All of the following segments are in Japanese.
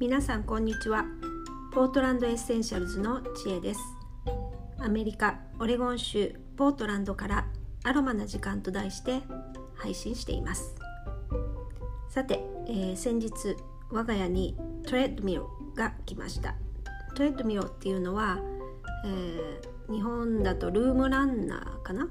皆さんこんにちは。ポートランドエッセンシャルズの知恵です。アメリカオレゴン州ポートランドからアロマな時間と題して配信しています。さて、先日我が家にトレッドミルが来ました。トレッドミルっていうのは、日本だとルームランナーかな、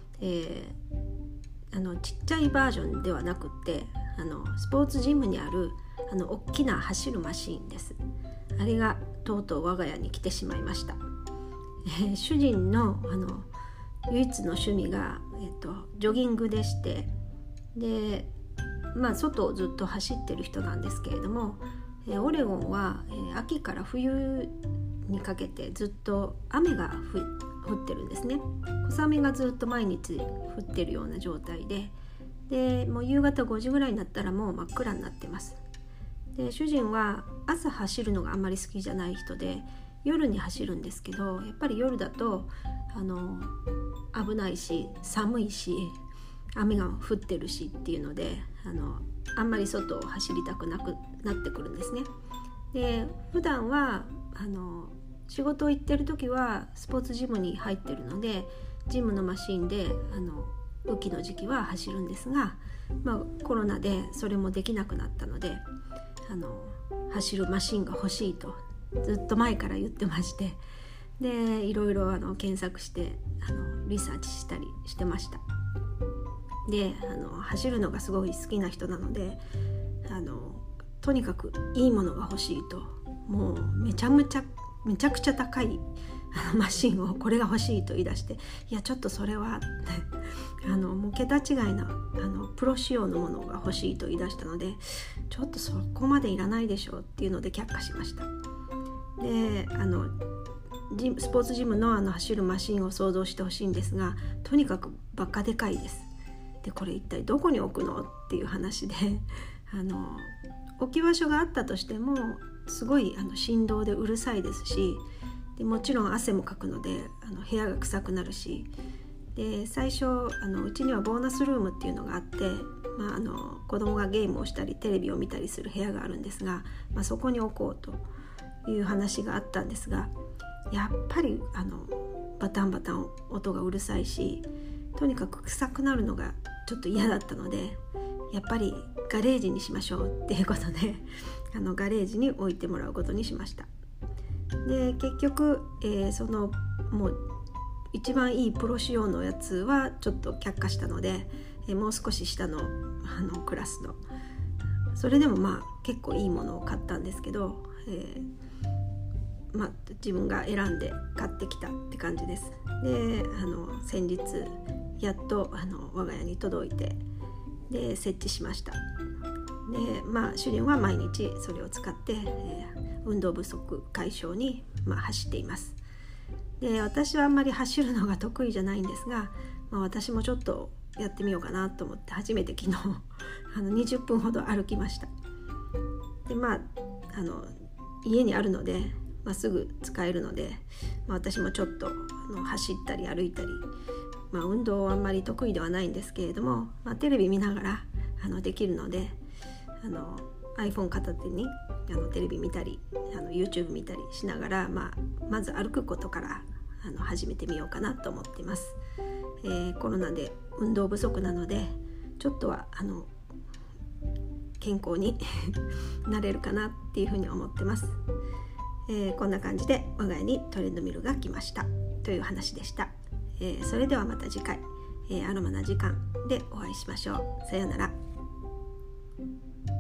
ちっちゃいバージョンではなくってスポーツジムにある大きな走るマシーンです。あれがとうとう我が家に来てしまいました。主人の唯一の趣味が、ジョギングでして、で外をずっと走ってる人なんですけれども、オレゴンは、秋から冬にかけてずっと雨が降ってるんですね。小雨がずっと毎日降ってるような状態で、もう夕方5時ぐらいになったらもう真っ暗になってます。で主人は朝走るのがあんまり好きじゃない人で、夜に走るんですけど、やっぱり夜だと危ないし寒いし雨が降ってるしっていうのであんまり外を走りたくなくなってくるんですね。で普段は仕事を行ってる時はスポーツジムに入ってるので、ジムのマシンで雨季の時期は走るんですが、コロナでそれもできなくなったので走るマシンが欲しいとずっと前から言ってまして、でいろいろ検索してリサーチしたりしてました。で走るのがすごい好きな人なのでとにかくいいものが欲しいと、もうめちゃくちゃ高いマシンをこれが欲しいと言い出して、いやちょっとそれはもう桁違いなプロ仕様のものが欲しいと言い出したので、ちょっとそこまでいらないでしょうっていうので却下しました。でスポーツジムの走るマシンを想像してほしいんですが、とにかくバカでかいです。でこれ一体どこに置くのっていう話で置き場所があったとしてもすごい振動でうるさいですし、でもちろん汗もかくので部屋が臭くなるし、で最初うちにはボーナスルームっていうのがあって、子供がゲームをしたりテレビを見たりする部屋があるんですが、そこに置こうという話があったんですが、やっぱりバタンバタン音がうるさいし、とにかく臭くなるのがちょっと嫌だったので、やっぱりガレージにしましょうっていうことでガレージに置いてもらうことにしました。で結局、もう一番いいプロ仕様のやつはちょっと却下したので、もう少し下のクラスの、それでも結構いいものを買ったんですけど、自分が選んで買ってきたって感じです。で先日やっと我が家に届いて、で設置しました。で主人は毎日それを使って、運動不足解消に、走っています。で私はあんまり走るのが得意じゃないんですが、私もちょっとやってみようかなと思って初めて昨日20分ほど歩きました。で家にあるのですぐ使えるので、私もちょっと走ったり歩いたり、運動はあんまり得意ではないんですけれども、テレビ見ながらできるのでiPhone 片手にテレビ見たりYouTube 見たりしながら、まず歩くことから始めてみようかなと思っています。コロナで運動不足なのでちょっとは健康になれるかなっていうふうに思ってます。こんな感じで我が家にトレンドミルが来ましたという話でした。それではまた次回、アロマな時間でお会いしましょう。さようなら。